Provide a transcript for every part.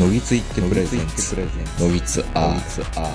のぎついってプレゼンツのぎつアー。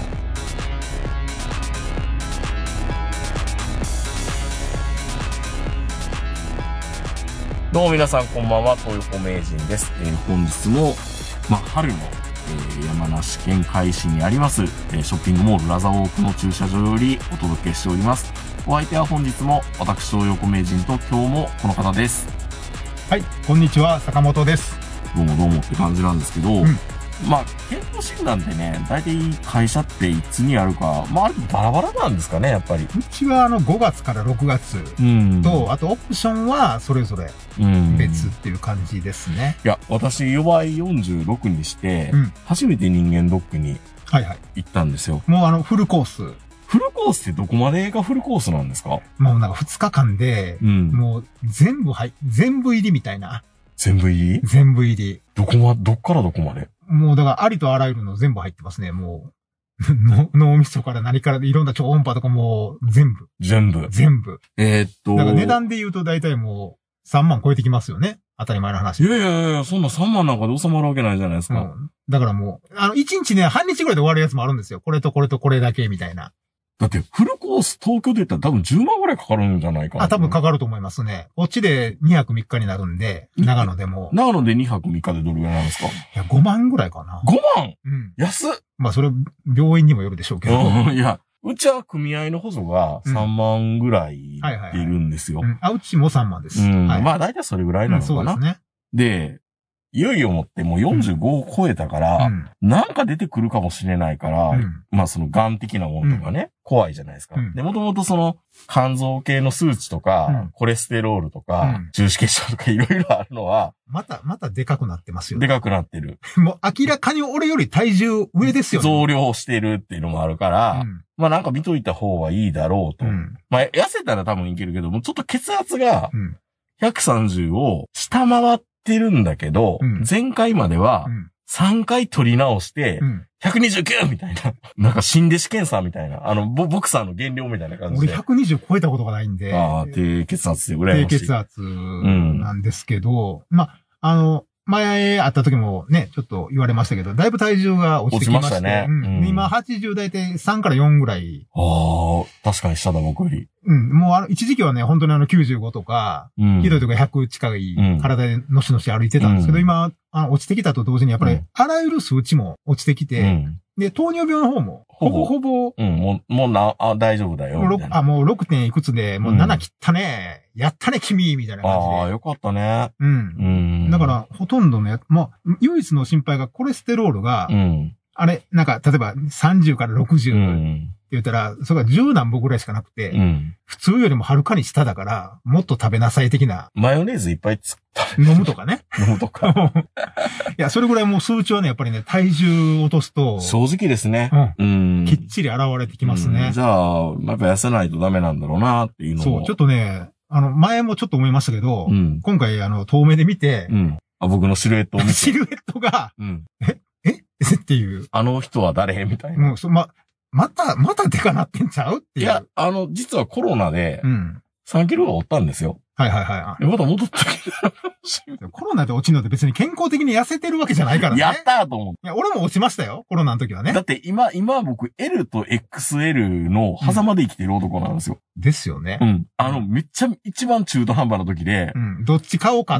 どうも皆さんこんばんは、東横名人です。本日も、春の、山梨県甲斐市にあります、ショッピングモールラザウォークの駐車場よりお届けしております。お相手は本日も私東横名人と今日もこの方です。 はい、こんにちは、坂本です。 どうもって感じなんですけど、健康診断ってね、大体会社っていつにあるか、あれバラバラなんですかね、やっぱり。 うちは5月から6月と、あとオプションはそれぞれ別っていう感じですね。 いや、私、弱い46にして、初めて人間ドックに行ったんですよ。 もうフルコース。 フルコースってどこまでがフルコースなんですか？ もう2日間で、もう全部入りみたいな。 全部入り？ 全部入り。 どっからどこまで？もうだからありとあらゆるの全部入ってますね、もう。脳みそから何からいろんな超音波とかもう全部。 全部。 だから値段で言うと大体もう3万超えてきますよね。当たり前の話。 いや、そんな3万なんかで収まるわけないじゃないですか。 だからもう、1日ね、半日ぐらいで終わるやつもあるんですよ。これとこれとこれだけみたいな。 だって、フルコース東京で言ったら多分10万ぐらいかかるんじゃないかな。 多分かかると思いますね。こっちで2泊3日になるんで、長野でも。 長野で2泊3日でどれぐらいなんですか？いや、5万ぐらいかな。 5万？安っ。 それ、病院にもよるでしょうけど。 いや、うちは組合の補助が3万ぐらいいるんですよ。 うちも3万です。 大体それぐらいなのかな。 そうですね。 で、いよいよもってもう45を超えたから、なんか出てくるかもしれないから、その癌的なものとかね、怖いじゃないですか。で、もともとその肝臓系の数値とか、コレステロールとか、中脂血症とかいろいろあるのは、 またでかくなってますよね。 でかくなってる。 もう明らかに俺より体重上ですよね。 増量してるっていうのもあるから、なんか見といた方がいいだろうと。痩せたら多分いけるけども、ちょっと血圧が130を下回ってるんだけど、前回までは3回取り直して、129みたいな。なんか新弟子検査みたいな。ボクサーの減量みたいな感じで。 俺120超えたことがないんで。 低血圧で羨ましい。 低血圧なんですけど、前会った時もね、ちょっと言われましたけど、だいぶ体重が落ちてきまして。 ね。 今80だいたい3から4ぐらい。 確かに下だ僕より。 もう一時期はね、本当に95とか、ひどいとか100近い体でのしのし歩いてたんですけど、今、落ちてきたと同時にやっぱり、あらゆる数値も落ちてきて、で、糖尿病の方も、ほぼ、 大丈夫だよ。 もう 6. 点いくつで、もう7切ったね、やったね君みたいな感じで。 よかったね。 だから、ほとんどの唯一の心配がコレステロールが、あれ、なんか、例えば30から60って言ったら、それが10何歩ぐらいしかなくて、普通よりもはるかに下だから、もっと食べなさい的な。 マヨネーズいっぱい飲むとかね。 飲むとか。 いや、それぐらいもう数値はね、やっぱりね、体重落とすと。 正直ですね。 きっちり現れてきますね。 じゃあ、やっぱ痩せないとダメなんだろうなっていうのも。 そう、ちょっとね、前もちょっと思いましたけど、今回遠目で見て、 僕のシルエットを見て。 シルエットが、っていう。 あの人は誰みたいな。 またデカなってんちゃうっていう。 いや、実はコロナで、3キロが落ったんですよ。 また戻ってきた。 コロナで落ちるのって別に健康的に痩せてるわけじゃないからね。 やったーと思って。 いや、俺も落ちましたよ。コロナの時はね。 だって今僕 L と XL の狭間で生きてる男なんですよ。 ですよね。 めっちゃ一番中途半端な時で、 どっち買おうかって、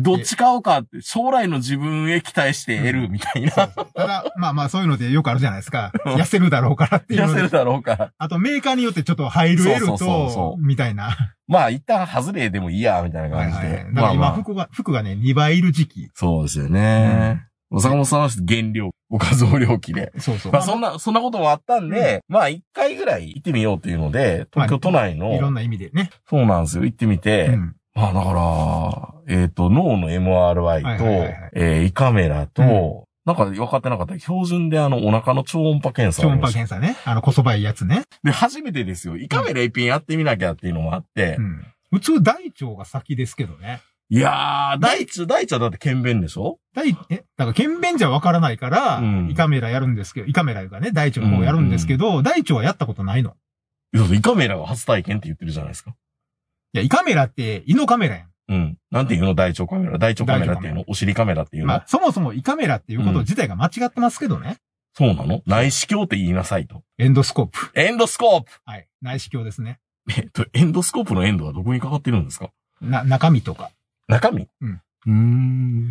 将来の自分へ期待して L みたいな。 ただ、そういうのでよくあるじゃないですか。痩せるだろうからっていう。 痩せるだろうから。 あとメーカーによってちょっと入る L と、みたいな。 一旦外れでもいいや、みたいな感じで。 だから今服がね、2倍いる時期。 そうですよね。坂本さんは減量、僕は増量期で。 そう。 そんなこともあったんで、1回ぐらい行ってみようっていうので、東京都内の。 いろんな意味でね。 そうなんですよ。行ってみて。だから、脳の MRI と、胃カメラと、なんか分かってなかった。標準でお腹の超音波検査。 超音波検査ね。こそばいいやつね。 で、初めてですよ。胃カメラ一品やってみなきゃっていうのもあって。 普通大腸が先ですけどね。 いやー、大腸はだって検便でしょ？ だから検便じゃ分からないから、胃カメラやるんですけど、胃カメラがね、大腸の方やるんですけど、大腸はやったことないの。 胃カメラが初体験って言ってるじゃないですか。 いや、胃カメラって胃のカメラやん。 うん。なんていうの大腸カメラ。大腸カメラっていうのお尻カメラっていうの、 まあ、そもそも胃カメラっていうこと自体が間違ってますけどね。 そうなの？内視鏡って言いなさいと。 エンドスコープ。 エンドスコープ！ はい。内視鏡ですね。 エンドスコープのエンドはどこにかかってるんですか？ 中身とか。 中身？ うん。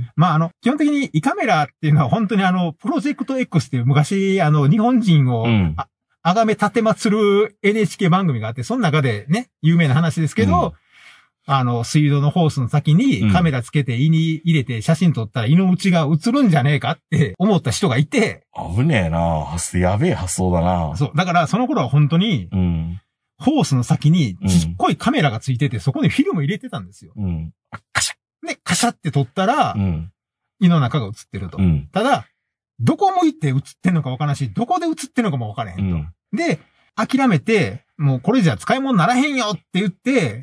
まあ、基本的に胃カメラっていうのは本当にプロジェクト X っていう昔、日本人を、崇め立てまつる NHK 番組があって、その中でね、有名な話ですけど、水道のホースの先にカメラつけて胃に入れて写真撮ったら胃の内が映るんじゃねえかって思った人がいて。 危ねえなやべえ発想だな。 そう。だからその頃は本当に、ホースの先にちっこいカメラがついてて、そこにフィルム入れてたんですよ。カシャッ。で、カシャって撮ったら、胃の中が映ってると。ただ、どこ向いて映ってんのかわからんし、どこで映ってんのかもわからへんと。で、諦めて、もうこれじゃ使い物ならへんよって言って、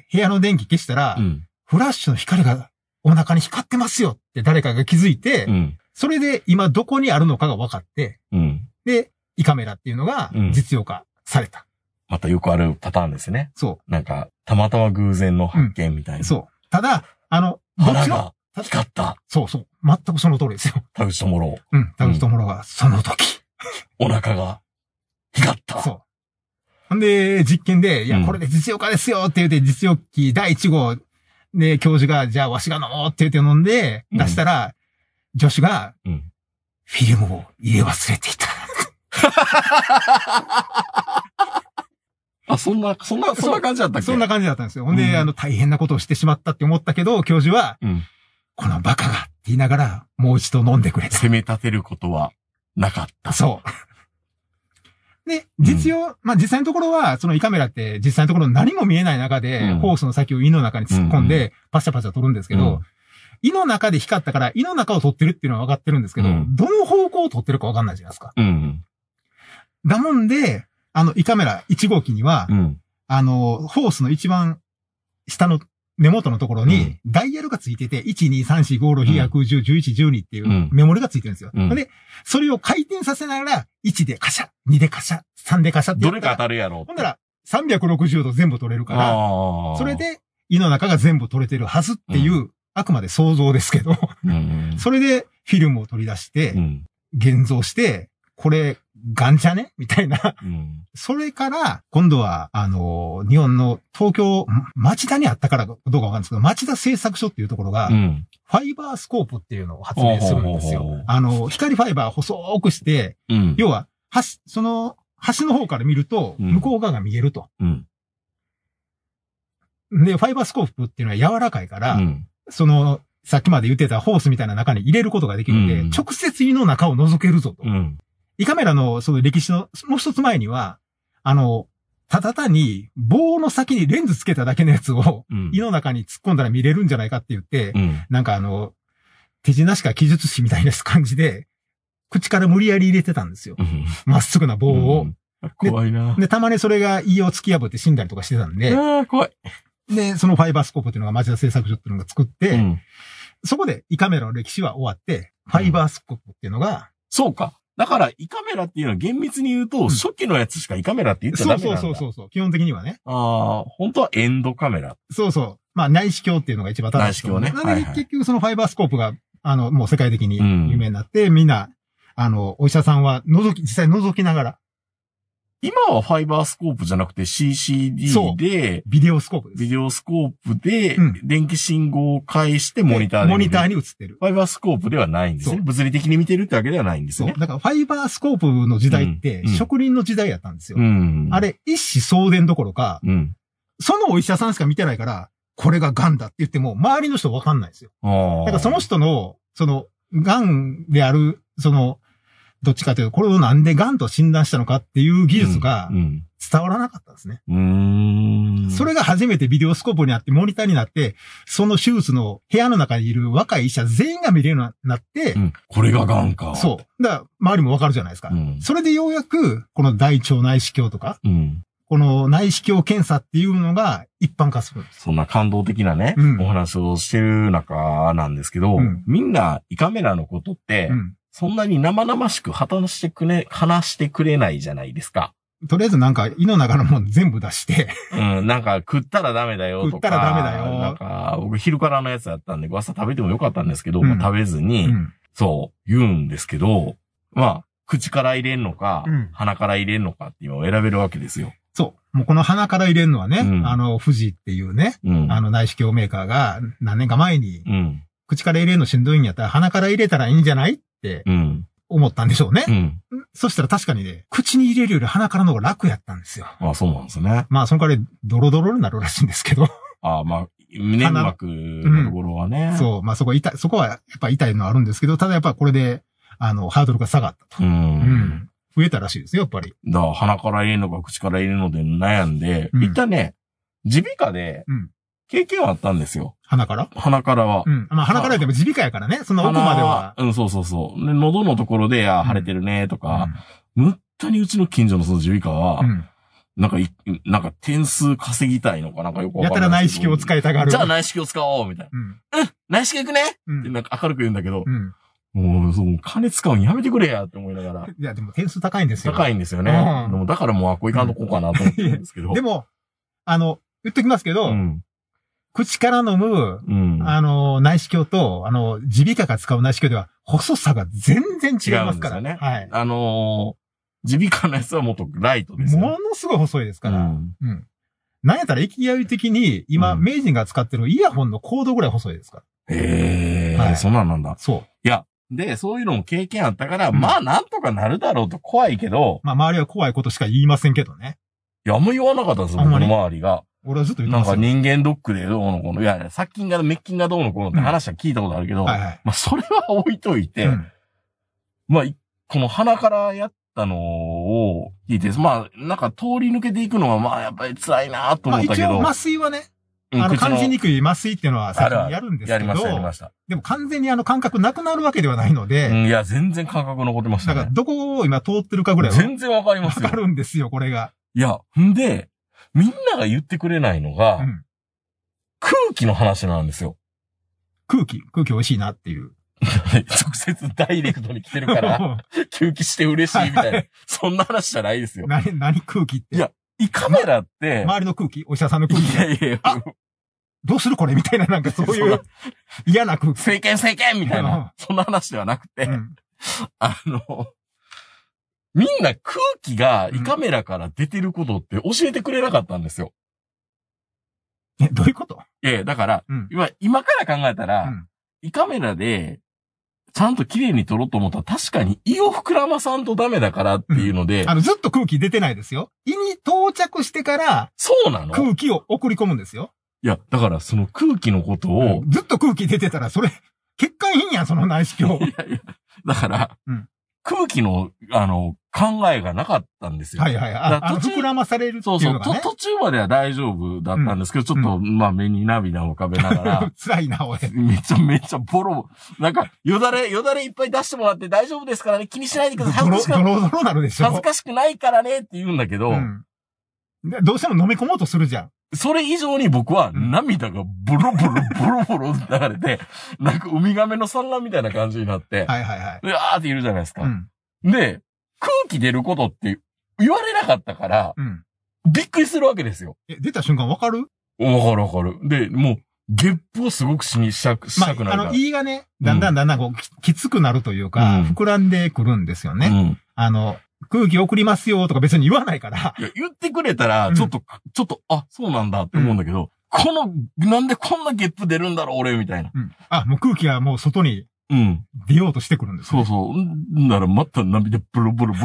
部屋の電気消したら、フラッシュの光がお腹に光ってますよって誰かが気づいて、それで今どこにあるのかが分かって、で、胃カメラっていうのが実用化された。 またよくあるパターンですね。 そう。 なんか、たまたま偶然の発見みたいな。 そう。ただ、 腹が光った。 そうそう。全くその通りですよ。 田口智郎。 田口智郎がその時。 お腹が光った。 そう。ほんで、実験で、いや、これで実用化ですよって言って、実用機第1号で、教授が、じゃあわしが飲もうって言って飲んで、出したら、助手が、フィルムを入れ忘れていた。 あ、そんな感じだったっけ？ そんな感じだったんですよ。ほんで、大変なことをしてしまったって思ったけど、教授は、このバカがって言いながら、もう一度飲んでくれた。 責め立てることはなかった。 そう。で、実際のところは、その胃カメラって実際のところ何も見えない中で、ホースの先を胃の中に突っ込んで、パシャパシャ撮るんですけど、胃の中で光ったから胃の中を撮ってるっていうのは分かってるんですけど、どの方向を撮ってるか分かんないじゃないですか。だもんで、胃カメラ1号機には、ホースの一番下の根元のところに、ダイヤルがついてて、1、2、3、4、5、6、7、9、10、11、12っていうメモリがついてるんですよ。で、それを回転させながら、1でカシャ、2でカシャ、3でカシャってどれか当たるやろ。 ほんなら、360度全部撮れるから、それで胃の中が全部撮れてるはずっていう、あくまで想像ですけど、それでフィルムを取り出して、現像して、これ、ガンじゃねみたいな。それから、今度は、日本の東京、町田にあったからどうかわかんないですけど、町田製作所っていうところが、ファイバースコープっていうのを発明するんですよ。光ファイバーを細くして、要は、その、端の方から見ると、向こう側が見えると。で、ファイバースコープっていうのは柔らかいから、その、さっきまで言ってたホースみたいな中に入れることができるんで、直接胃の中を覗けるぞと。胃カメラのその歴史のもう一つ前には、ただ単に棒の先にレンズつけただけのやつを胃の中に突っ込んだら見れるんじゃないかって言って、なんか手品師か記述師みたいな感じで、口から無理やり入れてたんですよ。まっすぐな棒を。 怖いな。 で、たまにそれが胃を突き破って死んだりとかしてたんで。 怖い。 で、そのファイバースコープっていうのが町田製作所っていうのが作って、そこで胃カメラの歴史は終わって、ファイバースコープっていうのが、 そうか。だから、胃カメラっていうのは厳密に言うと、初期のやつしか胃カメラって言っちゃダメなんだ。 そう。基本的にはね。 本当はエンドカメラ。 そう。まあ、内視鏡っていうのが一番正しい。内視鏡ね。なんで、結局そのファイバースコープが、もう世界的に有名になって、みんな、お医者さんは実際覗きながら。 今はファイバースコープじゃなくて CCD で、 ビデオスコープです。 ビデオスコープで、電気信号を介してモニターで。 モニターに映ってる。 ファイバースコープではないんですね。物理的に見てるってわけではないんですね。 そう。だからファイバースコープの時代って、職人の時代やったんですよ。あれ、一子相伝どころか、そのお医者さんしか見てないから、これが癌だって言っても、周りの人わかんないんですよ。だからその人の、癌である、どっちかというと、これをなんで癌と診断したのかっていう技術が伝わらなかったんですね。それが初めてビデオスコープになって、モニターになって、その手術の部屋の中にいる若い医者全員が見れるようになって、 これが癌か。 そう。だから、周りもわかるじゃないですか。それでようやく、この大腸内視鏡とか、この内視鏡検査っていうのが一般化するんです。 そんな感動的なね、お話をしてる中なんですけど、みんな胃カメラのことって、そんなに生々しく話してくれないじゃないですか。 とりあえずなんか胃の中のもん全部出して。 うん、なんか食ったらダメだよとか。 食ったらダメだよ。 なんか、僕昼からのやつだったんで、朝食べてもよかったんですけど、まあ食べずに、そう言うんですけど、まあ、口から入れんのか、鼻から入れんのかっていうのを選べるわけですよ。 そう。もうこの鼻から入れるのはね、富士っていうね、内視鏡メーカーが何年か前に、口から入れるのしんどいんやったら鼻から入れたらいいんじゃないって、思ったんでしょうね。そしたら確かにね、口に入れるより鼻からの方が楽やったんですよ。 あ、そうなんですね。 まあ、その代わりドロドロになるらしいんですけど。 あ、まあ、粘膜のところはね。 そう。まあ、そこはやっぱ痛いのはあるんですけど、ただやっぱこれで、ハードルが下がったと。増えたらしいですよ、やっぱり。 だから鼻から入れるのか口から入れるので悩んで、一旦ね、耳鼻科で、経験はあったんですよ。 鼻からは。 まあ鼻からでも耳鼻科やからね、その奥までは。 そう。で、喉のところで、腫れてるね、とか、むったにうちの近所のその耳鼻科は、なんか点数稼ぎたいのかなんかよくわかんない。 やたら内視鏡を使いたがる。 じゃあ内視鏡使おうみたいな。内視鏡行くねってなんか明るく言うんだけど、もう、金使うのやめてくれやって思いながら。 いや、でも点数高いんですよ。 高いんですよね。でもだからもうこういかんとこうかなと思ってるんですけど。 でも、言っときますけど、口から飲む、内視鏡と、耳鼻科が使う内視鏡では、細さが全然違いますから。 違うんですよね。 はい。 耳鼻科のやつはもっとライトですよ。 ものすごい細いですから。なんやったら、勢い的に、今、名人が使ってるイヤホンのコードぐらい細いですから。 そんなんだ。 そう。 いや、で、そういうのも経験あったから、まあ、なんとかなるだろうと怖いけど。 まあ、周りは怖いことしか言いませんけどね。 いや、あんま言わなかったんですよ、僕の周りが。 俺はずっと言ってますよ。 なんか人間ドックでどうのこうの。いや、殺菌が、滅菌がどうのこうのって話は聞いたことあるけど、まあ、それは置いといて、まあ、この鼻からやったのを聞いて、まあ、なんか通り抜けていくのは、まあ、やっぱり辛いなと思ったけど。 まあ、一応、麻酔はね、感じにくい麻酔っていうのは先にやるんですけど。 やりました。 でも完全に感覚なくなるわけではないので。 いや、全然感覚残ってましたね。 だから、どこを今通ってるかぐらいは。 全然わかりますよ。 わかるんですよ、これが。 いや、んで、みんなが言ってくれないのが、空気の話なんですよ。 空気美味しいなっていう。 直接ダイレクトに来てるから、吸気して嬉しいみたいな。そんな話じゃないですよ。 何空気って。 いや、胃カメラって、 周りの空気お医者さんの空気。 いや、 どうするこれみたいな、なんかそういう嫌な空気。 政権みたいな、そんな話ではなくて、みんな空気が胃カメラから出てることって教えてくれなかったんですよ。 どういうこと？ だから、今から考えたら、胃カメラで、ちゃんと綺麗に撮ろうと思ったら確かに胃を膨らまさんとダメだからっていうので。 ずっと空気出てないですよ。胃に到着してから、 そうなの？ 空気を送り込むんですよ。 いや、だからその空気のことを、 ずっと空気出てたら、それ、血管いいんやん、その内視鏡。 いや、だから、空気の、考えがなかったんですよ。 膨らまされるっていうのがね。 途中までは大丈夫だったんですけど、ちょっと、まあ、目に涙を浮かべながら。 辛いな、おい。 めちゃボロ、なんか、よだれいっぱい出してもらって大丈夫ですからね、気にしないでください。 ドロなるでしょ。 恥ずかしくないからねって言うんだけど、 どうしても飲み込もうとするじゃん。 それ以上に僕は涙がボロボロ流れて、なんかウミガメの産卵みたいな感じになって、うわーっているじゃないですか。で、空気出ることって言われなかったから、びっくりするわけですよ。 出た瞬間わかる？ わかる。で、もう、ゲップをすごくしたくなるから。 胃がね、だんだんこう、きつくなるというか、膨らんでくるんですよね。空気送りますよとか別に言わないから。 いや、言ってくれたら、ちょっと、あ、そうなんだって思うんだけど、なんでこんなゲップ出るんだろう、俺、みたいな。 もう空気がもう外に、出ようとしてくるんですよ。そう。なら、また涙ブルブル。で、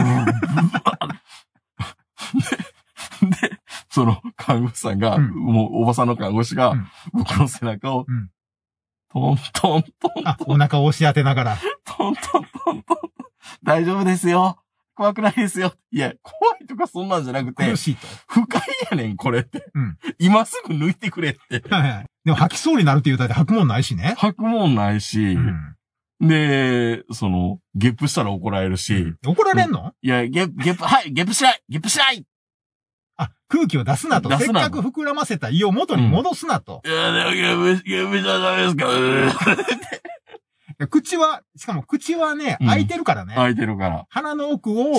その看護師さんが、もうおばさんの看護師が、僕の背中を、トントン。 お腹を押し当てながら。 トン。大丈夫ですよ。怖くないですよ。いや、怖いとかそんなんじゃなくて。 苦しいと。 不快やねん、これって。今すぐ抜いてくれって。 でも吐きそうになるって言うたら吐くもんないしね。 吐くもんないし。で、ゲップしたら怒られるし。 怒られんの？ いや、ゲップしない空気を出すなと。せっかく膨らませた胃を元に戻すなと。 いや、でもゲップじゃダメですかしかも口はね、開いてるからね。 開いてるから。 鼻の奥を。 それ考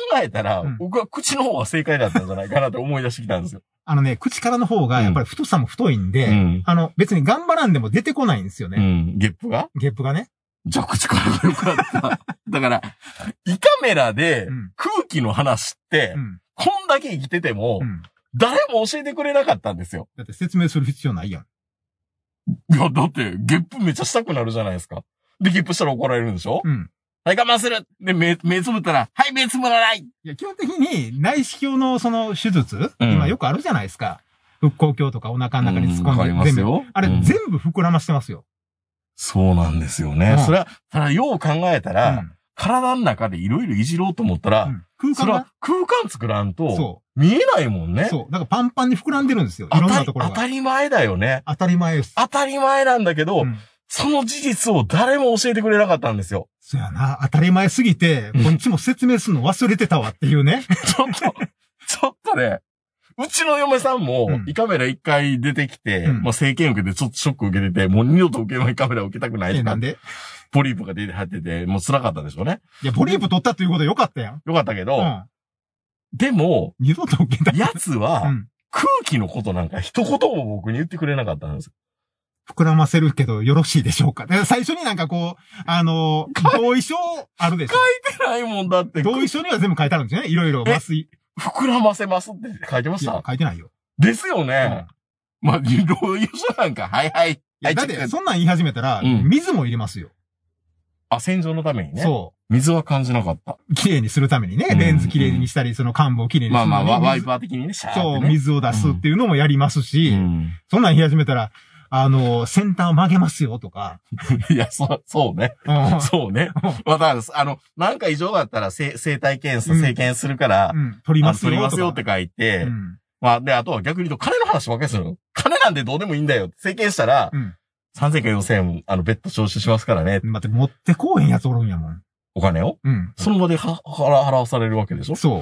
えたら、僕は口の方が正解だったんじゃないかなって思い出してきたんですよ。 口からの方がやっぱり太さも太いんで、別に頑張らんでも出てこないんですよね。 ゲップがね。 じゃあ口からが良かった。だから、胃カメラで空気の話って、こんだけ生きてても、誰も教えてくれなかったんですよ。 だって説明する必要ないやん。 いや、だって、ゲップめっちゃしたくなるじゃないですか。で、ゲップしたら怒られるんでしょ？はい、我慢するで、目つぶったら、はい、目つぶらない。 いや、基本的に内視鏡のその手術、今よくあるじゃないですか。腹腔鏡とかお腹の中に突っ込んで、全部。あれ、全部膨らましてますよ。 そうなんですよね。それは、ただ、よう考えたら、体の中でいろいろいじろうと思ったら、空間作らんと、見えないもんね。 そう。だからパンパンに膨らんでるんですよ。いろんなところが。 当たり前だよね。 当たり前です。 当たり前なんだけど、その事実を誰も教えてくれなかったんですよ。 そうやな。当たり前すぎて、こっちも説明するの忘れてたわっていうね。 ちょっとね、うちの嫁さんも、胃カメラ一回出てきて、生検受けてちょっとショック受けてて、もう二度と胃カメラを受けたくないとか。 なんでポリープが出て入ってて、もう辛かったでしょうね。 いや、ポリープ取ったっていうことはよかったやん。 よかったけど、でも、 二度と受けたやつは、空気のことなんか一言も僕に言ってくれなかったんですよ。 膨らませるけどよろしいでしょうか。最初になんかこう、同意書あるでしょ。 書いてないもんだって。 同意書には全部書いてあるんですよね。いろいろ麻酔。 膨らませますって書いてました？ 書いてないよ。 ですよね。まあ、同意書なんか、はい。 だって、そんなん言い始めたら、水も入れますよ。 あ、洗浄のためにね。 そう。 水は感じなかった。 綺麗にするためにね。レンズ綺麗にしたり、その幹部を綺麗にするために。まあ、ワイパー的にね、シャーってね。 そう、水を出すっていうのもやりますし、そんなん言い始めたら、先端を曲げますよとか。 いや、そうね。そうね。また、なんか異常があったら、生体検査、生検するから、 取りますよって書いて、まあ、で、あとは逆に言うと、金の話ばっかりするの。金なんでどうでもいいんだよ。生検したら、3000か4000円、別途徴収しますからね。 待って、持ってこうへんやつおるんやもん。 お金をその場で払わされるわけでしょ？ そう。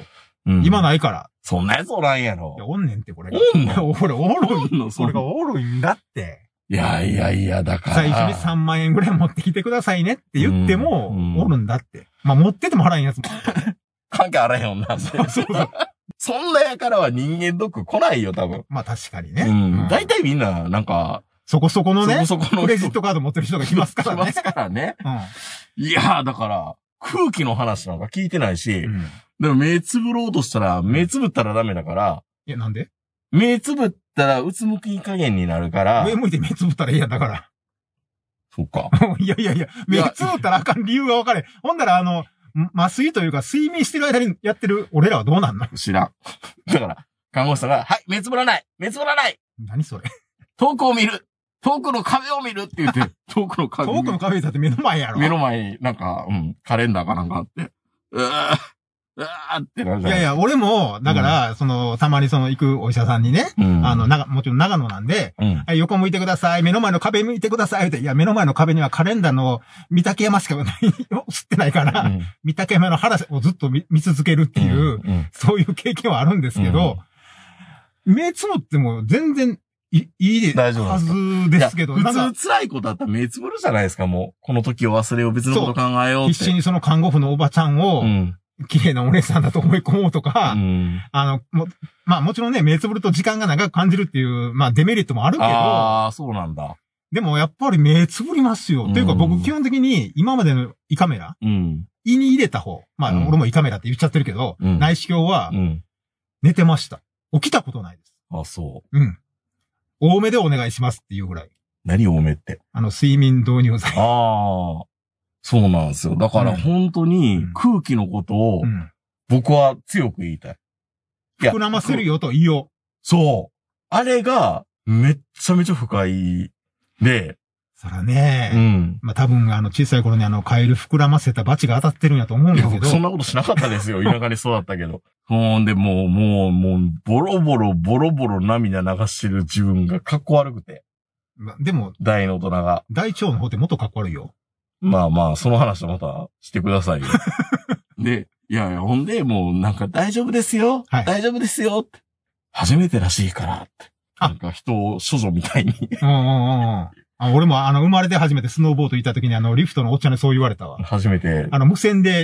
今ないから。 そんなやつおらんやろ。 いや、おんねんって、これが。 おんのこれおるんのこれがおるんだって。 いや、だから。 最初に3万円ぐらい持ってきてくださいねって言っても、おるんだって。まあ、持ってても払えんやつも。 関係あらへんよんな。 そう。 そんなやからは人間ドック来ないよ、多分。 まあ、確かにね。 大体みんな、なんか、 そこそこのね、クレジットカード持ってる人が来ますからね。 来ますからね。いやだから、空気の話なんか聞いてないし、でも目つぶろうとしたら、目つぶったらダメだから。 いや、なんで？ 目つぶったら、うつむき加減になるから。 上向いて目つぶったらいいやんだから。 そっか。 いや、目つぶったらあかん理由が分かれ。ほんなら麻酔というか睡眠してる間にやってる俺らはどうなんの？ 知らん。だから、看護師さんが、はい、目つぶらない。 何それ？ 遠くを見る。遠くの壁を見るって言って、遠くの壁だって目の前やろ。 目の前になんか、カレンダーかなんかあって、うわーってなるじゃん。 いや、俺も、だから、たまに行くお医者さんにね、もちろん長野なんで、はい、横向いてください、目の前の壁向いてくださいって、いや、目の前の壁にはカレンダーの御嶽山しかない、知ってないから、御嶽山の話をずっと見続けるっていう、そういう経験はあるんですけど、目つぶっても全然、いいはずですけど。 普通辛いことだったら目つぶるじゃないですか、もう。この時を忘れよう、別のこと考えようって。 必死にその看護婦のおばちゃんを、綺麗なお姉さんだと思い込もうとか、まあもちろんね、目つぶると時間が長く感じるっていう、まあデメリットもあるけど。 ああ、そうなんだ。 でもやっぱり目つぶりますよ。っていうか僕基本的に今までの胃カメラ、胃に入れた方、まあ俺も胃カメラって言っちゃってるけど、内視鏡は、寝てました。起きたことないです。 あ、そう。 多めでお願いしますっていうぐらい。 何多めって？ 睡眠導入剤。 ああ。そうなんですよ。だから本当に空気のことを僕は強く言いたい。 膨らませるよと言おう。 そう。あれがめっちゃめちゃ不快で。 そらね。まあ、多分小さい頃にカエル膨らませたバチが当たってるんやと思うんだけど。 そんなことしなかったですよ。田舎に育ったけど。で、もう、ボロボロ涙流してる自分がかっこ悪くて。 でも、 大の大人が。 大腸の方ってもっとかっこ悪いよ。 まあ、その話はまたしてくださいよ。で、いや、ほんで、もうなんか大丈夫ですよ。はい、大丈夫ですよって。初めてらしいからって。なんか人を処女みたいに。 俺も生まれて初めてスノーボード行った時にリフトのおっちゃんにそう言われたわ。 初めて。 無線で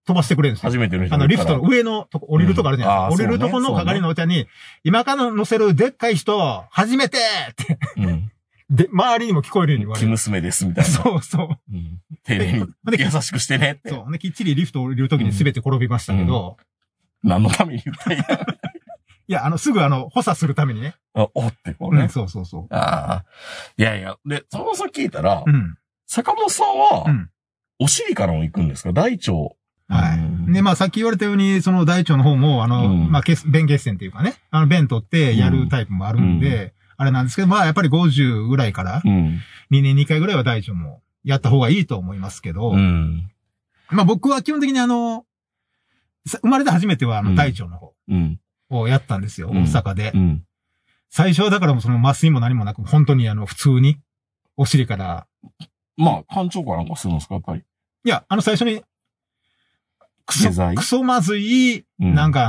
飛ばしてくれるんですよ。 初めての人。 リフトの上のとこ、降りるとこあるじゃないですか。降りるとこの係のお茶に、今から乗せるでっかい人、初めてって。で、周りにも聞こえるように言われる。 生娘です、みたいな。 そうそう。 丁寧に、優しくしてねって。 そう。で、きっちりリフト降りるときに全て転びましたけど。 何のために言ったんや。 いや、すぐ補佐するためにね。 おってこうね。 そうそうそう。 ああ。いやいや、で、その先聞いたら、坂本さんは、お尻からも行くんですか？大腸。 はい。で、まあ、さっき言われたように、その大腸の方も、まあ、便血栓っていうかね、便取ってやるタイプもあるんで、あれなんですけど、まあ、やっぱり50ぐらいから、2年2回ぐらいは大腸もやった方がいいと思いますけど、まあ、僕は基本的に生まれて初めては大腸の方をやったんですよ、大阪で。最初はだからもうその麻酔も何もなく、本当に普通に、お尻から。 まあ、肝腸かなんかするんですか、やっぱり。 いや、最初に、クソまずい、なんか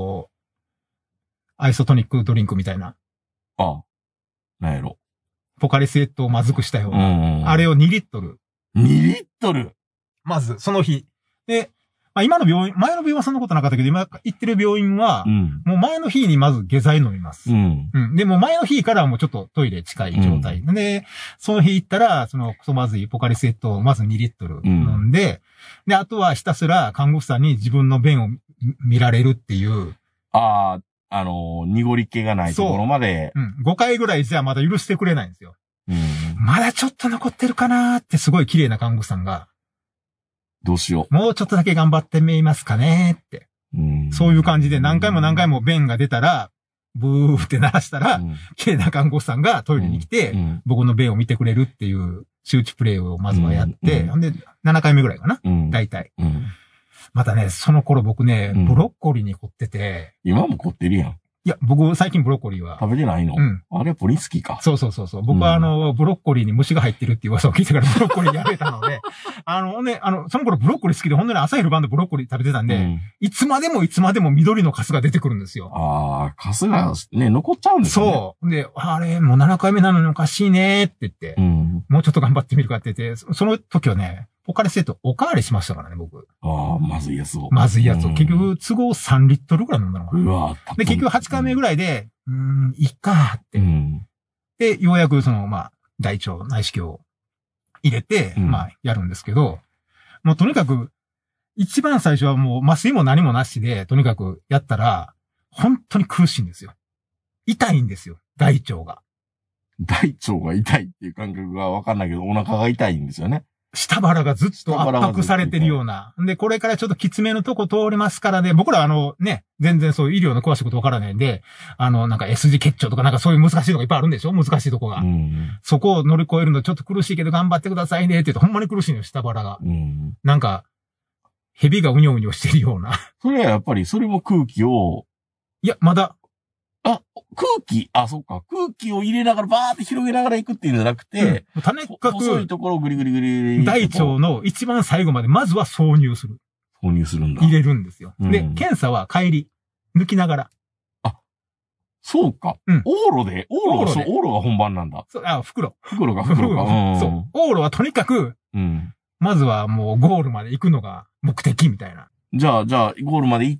アイソトニックドリンクみたいな。 ああ。なんやろ。 ポカリスエットをまずくしたような。あれを2リットル。 2リットルまず、その日。で、まあ今の病院、前の病院はそんなことなかったけど、今行ってる病院は、もう前の日にまず下剤飲みます。で、もう前の日からはもうちょっとトイレ近い状態。で、その日行ったら、そのクソまずいポカリスエットをまず2リットル飲んで、で、あとはひたすら看護婦さんに自分の便を見られるっていう。 ああ、濁り気がないところまで。 5回ぐらいじゃまだ許してくれないんですよ。まだちょっと残ってるかなーってすごい綺麗な看護婦さんが。 どうしよう。もうちょっとだけ頑張ってみますかねって。そういう感じで何回も何回も便が出たら、ブーって鳴らしたら、綺麗な看護師さんがトイレに来て、僕の便を見てくれるっていう周知プレイをまずはやって、ほんで、7回目ぐらいかな。大体。またね、その頃僕ね、ブロッコリーに凝ってて。 今も凝ってるやん。 いや、僕最近ブロッコリーは。 食べてないの？あれポリスキーか。 そう。僕はブロッコリーに虫が入ってるっていう噂を聞いてからブロッコリーやめたので、その頃ブロッコリー好きで本当に朝昼晩でブロッコリー食べてたんで、いつまでも緑のカスが出てくるんですよ。 ああ、カスがね、残っちゃうんですよね。 そう。で、あれ、もう7回目なのにおかしいねって言って、もうちょっと頑張ってみるかって言って、その時はね、ポカリスエットおかわりしましたからね、僕。 ああ、まずいやつを。 結局、都合3リットルくらい飲んだのかな。 うわで、結局8回目ぐらいで、いっかって。で、ようやく大腸、内視鏡を入れて、やるんですけど、もうとにかく、一番最初はもう麻酔も何もなしで、とにかくやったら、本当に苦しいんですよ。痛いんですよ、大腸が。 大腸が痛いっていう感覚がわかんないけど、お腹が痛いんですよね。 下腹がずっと圧迫されてるような。で、これからちょっときつめのとこ通りますからね、僕ら全然そういう医療の詳しいことわからないんで、なんか S 字結腸とかなんかそういう難しいとこいっぱいあるんでしょ？難しいとこが。そこを乗り越えるのちょっと苦しいけど頑張ってくださいねって言うとほんまに苦しいのよ、下腹が。なんか、蛇がうにょうにょしてるような。 それはやっぱり、それも空気を。 いや、まだ。 そっか。空気を入れながらバーって広げながら行くっていうんじゃなくて、 とにかく、 細いところをグリグリグリ。 大腸の一番最後までまずは挿入する。 挿入するんだ。 入れるんですよ。で、検査は帰り。抜きながら。 あ、そうか。オーロが本番なんだ。 袋か。 そう。 オーロはとにかく、まずはもうゴールまで行くのが目的みたいな。 じゃあ、ゴールまで行って、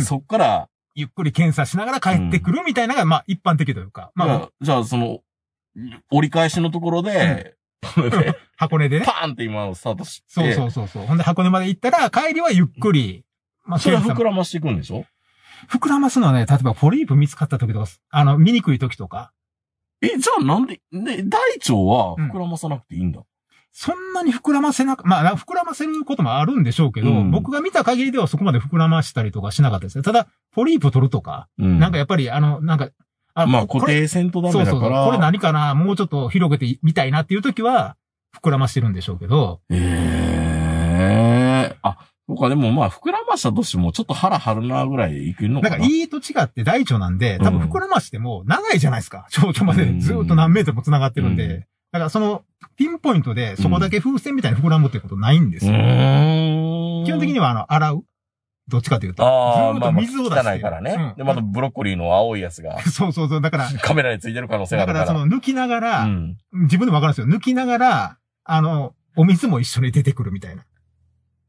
そっから、 ゆっくり検査しながら帰ってくるみたいなのが、一般的というか。 じゃあ、折り返しのところで、 箱根でね。 パーンって今スタートして。 そう。ほんで箱根まで行ったら、帰りはゆっくり。 それは膨らましていくんでしょ？ 膨らますのはね、例えばポリープ見つかった時とか、見にくい時とか。 じゃあなんで、大腸は膨らまさなくていいんだ。 そんなに膨らませ膨らませることもあるんでしょうけど、僕が見た限りではそこまで膨らましたりとかしなかったですね。ただ、ポリープ取るとか、なんかやっぱり固定せんとダメだから。 これ何かな、もうちょっと広げてみたいなっていう時は、膨らましてるんでしょうけど。 そうか、でも膨らましたとしても、ちょっと腹張るなぐらいでいくのかな。 なんか、胃と違って大腸なんで、多分膨らましても長いじゃないですか。腸々までずっと何メートルも繋がってるんで。だからピンポイントでそこだけ風船みたいに膨らむってことないんですよ。基本的には洗う。どっちかというと。ずっと水を出して。 汚いからね。で、またブロッコリーの青いやつが。 そう。だから。 カメラについてる可能性があるから。 だから抜きながら、自分でもわかるんですよ。抜きながら、お水も一緒に出てくるみたいな。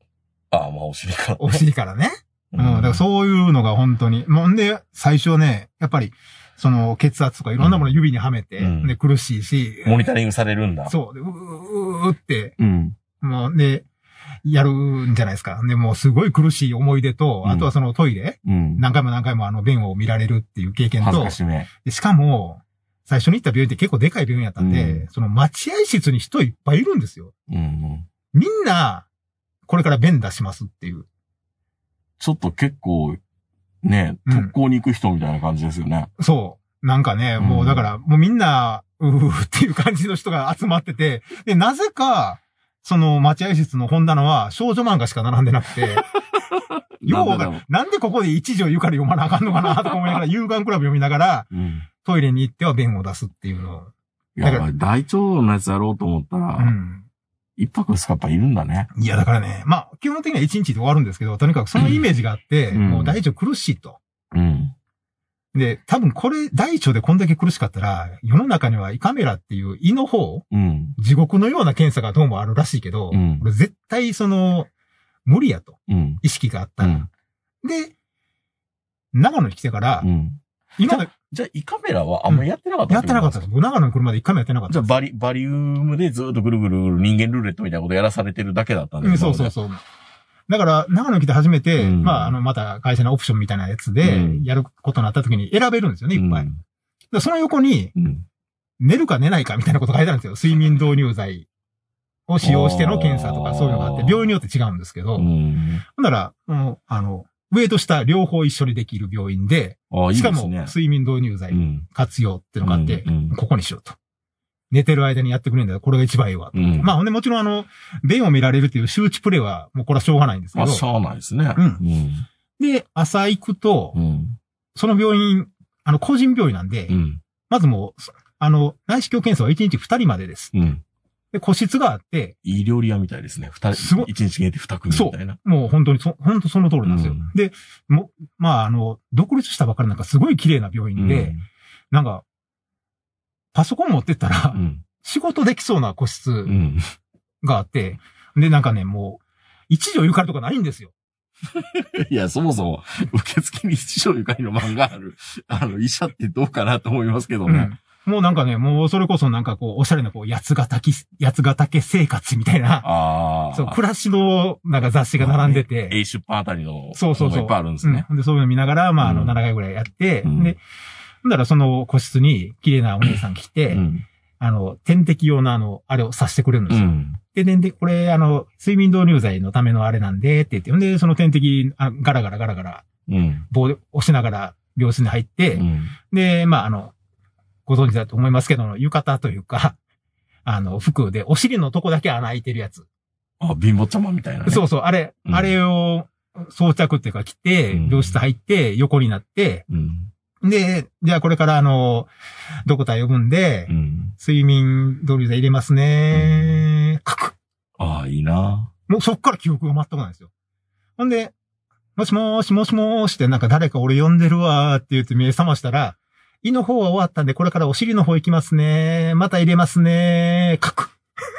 ああ、まあお尻から、ね。 お尻からね。だからそういうのが本当に。んで、最初ね、やっぱり、血圧とかいろんなもの指にはめて、で、苦しいし。 モニタリングされるんだ。 そう。で、うーって、もう、で、やるんじゃないですか。で、もうすごい苦しい思い出と、あとはトイレ、何回も何回も便を見られるっていう経験と、でしかも、最初に行った病院って結構でかい病院やったんで、待合室に人いっぱいいるんですよ。みんな、これから便出しますっていう。 ちょっと結構、ね、特攻に行く人みたいな感じですよね。 そう。なんかね、もうだから、もうみんな、っていう感じの人が集まってて、で、なぜか、待合室の本棚は少女漫画しか並んでなくて、要は、なんでここで一条ゆかり読まなあかんのかなとか思いながら、夕刊クラブ読みながら、トイレに行っては便を出すっていうのを。 いや、大腸のやつやろうと思ったら、一泊二日やっぱいるんだね。 いや、だからね、まあ、基本的には一日で終わるんですけど、とにかくそのイメージがあって、もう大腸苦しいと。で、多分これ、大腸でこんだけ苦しかったら、世の中には胃カメラっていう胃の方、地獄のような検査がどうもあるらしいけど、これ絶対無理やと。意識があったら。で、長野に来てから、 じゃあ胃カメラはあんまりやってなかったやってなかったです。長野に来るまで胃カメラやってなかった。 じゃあバリウムでずっとぐるぐる人間ルーレットみたいなことやらされてるだけだったんですそう。だから、長野に来て初めて、また会社のオプションみたいなやつで、やることになった時に選べるんですよね、いっぱい。その横に、寝るか寝ないかみたいなこと書いてあるんですよ。睡眠導入剤を使用しての検査とかそういうのがあって、病院によって違うんですけど、ほんなら、上と下両方一緒にできる病院で、しかも睡眠導入剤活用っていうのがあって、ここにしようと。寝てる間にやってくれるんだよ。これが一番いいわ。まあ、ほんでもちろん便を見られるっていう周知プレイは、もうこれはしょうがないんですけど。 しょうがないですね。 で、朝行くと、その病院、個人病院なんで、まずもう、内視鏡検査は1日2人までです。で、個室があって。 いい料理屋みたいですね。2人、1日限定2組みたいな。 そう。もう本当に本当その通りなんですよ。で、まあ、独立したばかりなんかすごい綺麗な病院で、なんか、パソコン持ってったら、仕事できそうな個室があって、で、なんかね、もう、一条ゆかりとかないんですよ。 いや、そもそも、受付に一条ゆかりの漫画ある、医者ってどうかなと思いますけどね。 もうなんかね、もうそれこそなんかおしゃれな八ヶ岳生活みたいな、そう、暮らしのなんか雑誌が並んでて。 A 出版あたりの、 そう。 いっぱいあるんですね。 で、そういうの見ながら、まあ、7回ぐらいやって、で、ほんだらその個室に綺麗なお姉さん来て、点滴用のあれをさしてくれるんですよ。で、これ、睡眠導入剤のためのあれなんで、って言って、で、その点滴、ガラガラ、棒で押しながら病室に入って、で、まあ、ご存知だと思いますけど、浴衣というか、服でお尻のとこだけ穴開いてるやつ。 貧乏ちゃまみたいな、ね。 そう、あれを装着っていうか着て、病室入って、横になって、で、じゃあこれからドクター呼ぶんで、睡眠導入剤入れますね書く。 いいな。 もうそっから記憶が全くないんですよ。ほんで、もしもーしってなんか誰か俺呼んでるわーって言って目覚ましたら、胃の方は終わったんで、これからお尻の方行きますね。また入れますね。書く。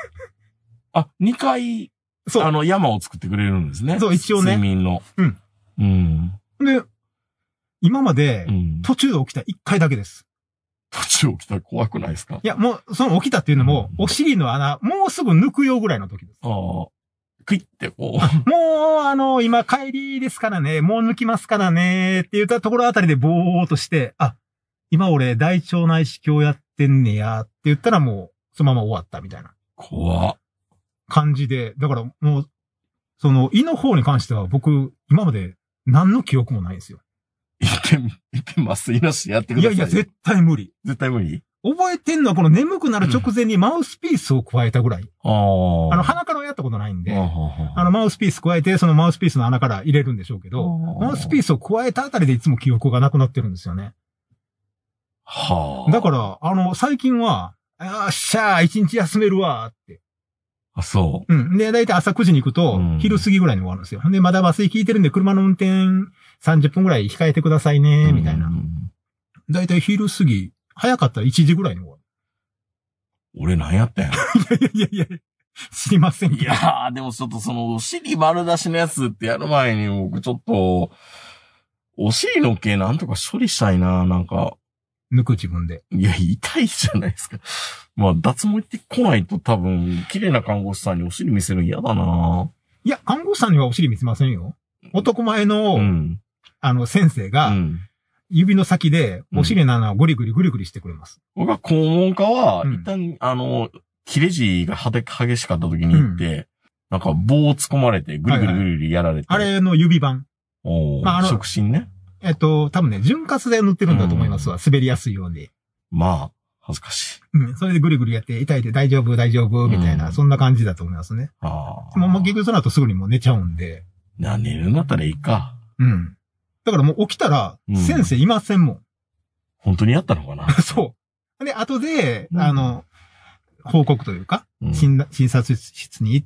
2回、山を作ってくれるんですね。 そう、一応ね。 睡眠の。 で、今まで、途中で起きた1回だけです。 途中起きたら怖くないですか？ いや、もう、その起きたっていうのも、お尻の穴、もうすぐ抜くよぐらいの時です。 クイってこう。もう、今帰りですからね、もう抜きますからね、って言ったところあたりでぼーっとして、今俺大腸内視鏡やってんねやって言ったらもうそのまま終わったみたいな。 怖っ。 感じで。だからもう、胃の方に関しては僕、今まで何の記憶もないんですよ。 いっぺん麻酔なしやってください。 いや、絶対無理。 絶対無理？ 覚えてんのはこの眠くなる直前にマウスピースを加えたぐらい。鼻からやったことないんで、マウスピース加えて、そのマウスピースの穴から入れるんでしょうけど、マウスピースを加えたあたりでいつも記憶がなくなってるんですよね。だから、最近は、よっしゃー、1日休めるわーって。 そう。 で、だいたい朝9時に行くと、昼過ぎぐらいに終わるんですよ。で、まだ麻酔効いてるんで、車の運転30分ぐらい控えてくださいね、みたいな。だいたい昼過ぎ、早かったら1時ぐらいに終わる。 俺何やったんや。 いや。 知りませんけど。 いやー、でもちょっとその、お尻丸出しのやつってやる前に、僕ちょっと、お尻の毛なんとか処理したいな、なんか。 抜く自分で。 いや、痛いじゃないですか。まあ、脱毛行ってこないと多分、綺麗な看護師さんにお尻見せるの嫌だな。 いや、看護師さんにはお尻見せませんよ。男前の、先生が、指の先で、お尻の穴をゴリゴリゴリゴリしてくれます。 僕は肛門科は、一旦、切れ字が激しかった時に行って、なんか棒を突っ込まれて、グリグリグリグリやられて。 あれの指板。 まあ、触診ね。 多分ね、潤滑で塗ってるんだと思いますわ。滑りやすいように。 まあ、恥ずかしい。それでぐりぐりやって、痛いで大丈夫、大丈夫、みたいな、そんな感じだと思いますね。もう結局その後すぐにもう寝ちゃうんで。 寝るんだったらいいか。 だからもう起きたら、先生いませんもん。 本当にやったのかなそう。で、後で、報告というか、診察室に行って、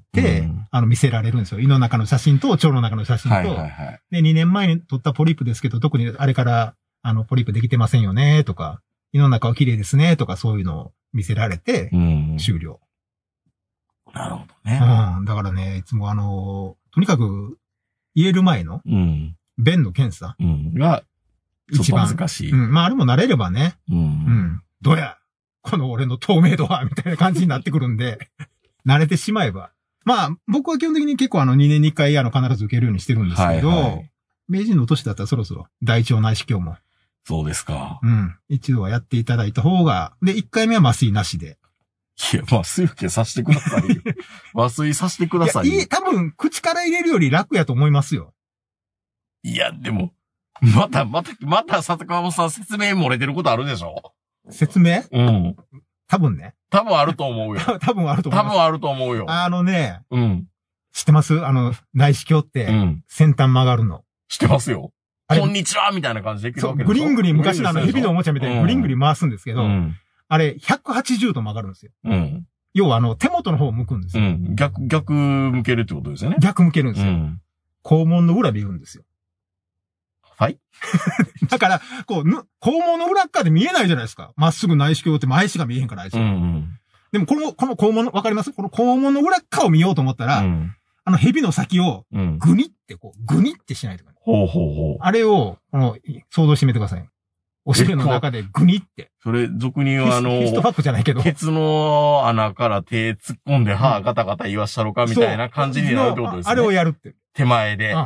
見せられるんですよ。胃の中の写真と腸の中の写真と。で、2年前に撮ったポリープですけど、特にあれから、ポリープできてませんよね、とか、胃の中は綺麗ですね、とか、そういうのを見せられて、終了。 なるほどね。 だからね、いつもとにかく、言える前の、便の検査が、一番難しい。 まあ、あれも慣れればね、どうやこの俺の透明度はみたいな感じになってくるんで、慣れてしまえば。まあ、僕は基本的に結構2年に1回必ず受けるようにしてるんですけど、名人の年だったらそろそろ大腸内視鏡も。 そうですか。 一度はやっていただいた方が、で、1回目は麻酔なしで。 いや、麻酔受けさせてくださいよ。麻酔させてくださいよ。 多分、口から入れるより楽やと思いますよ。 いや、でも、また、里川さん説明漏れてることあるでしょ？ 説明？多分ね。 多分あると思うよ。 多分あると思う。 多分あると思うよ。 知ってます？内視鏡って、先端曲がるの。 知ってますよ。こんにちはみたいな感じできるわけでしょ。 グリングリン昔の蛇のおもちゃみたいにグリングリン回すんですけど、あれ、180度曲がるんですよ。要は手元の方を向くんですよ。 逆向けるってことですよね。 逆向けるんですよ。肛門の裏見るんですよ。 はい。 だから、肛門の裏っかで見えないじゃないですか。まっすぐ内視鏡って前視が見えへんから、あいつ。でも、この肛門の、わかります？この肛門の裏っかを見ようと思ったら、蛇の先を、グニってしないとか、ね。あれを、想像してみてください。お尻の中でグニって。 それ、俗に言うフィストファックじゃないけど。 ケツの穴から手突っ込んで、歯ガタガタ言わしたろかみたいな感じになるってことですね。 あれをやるって。 手前で。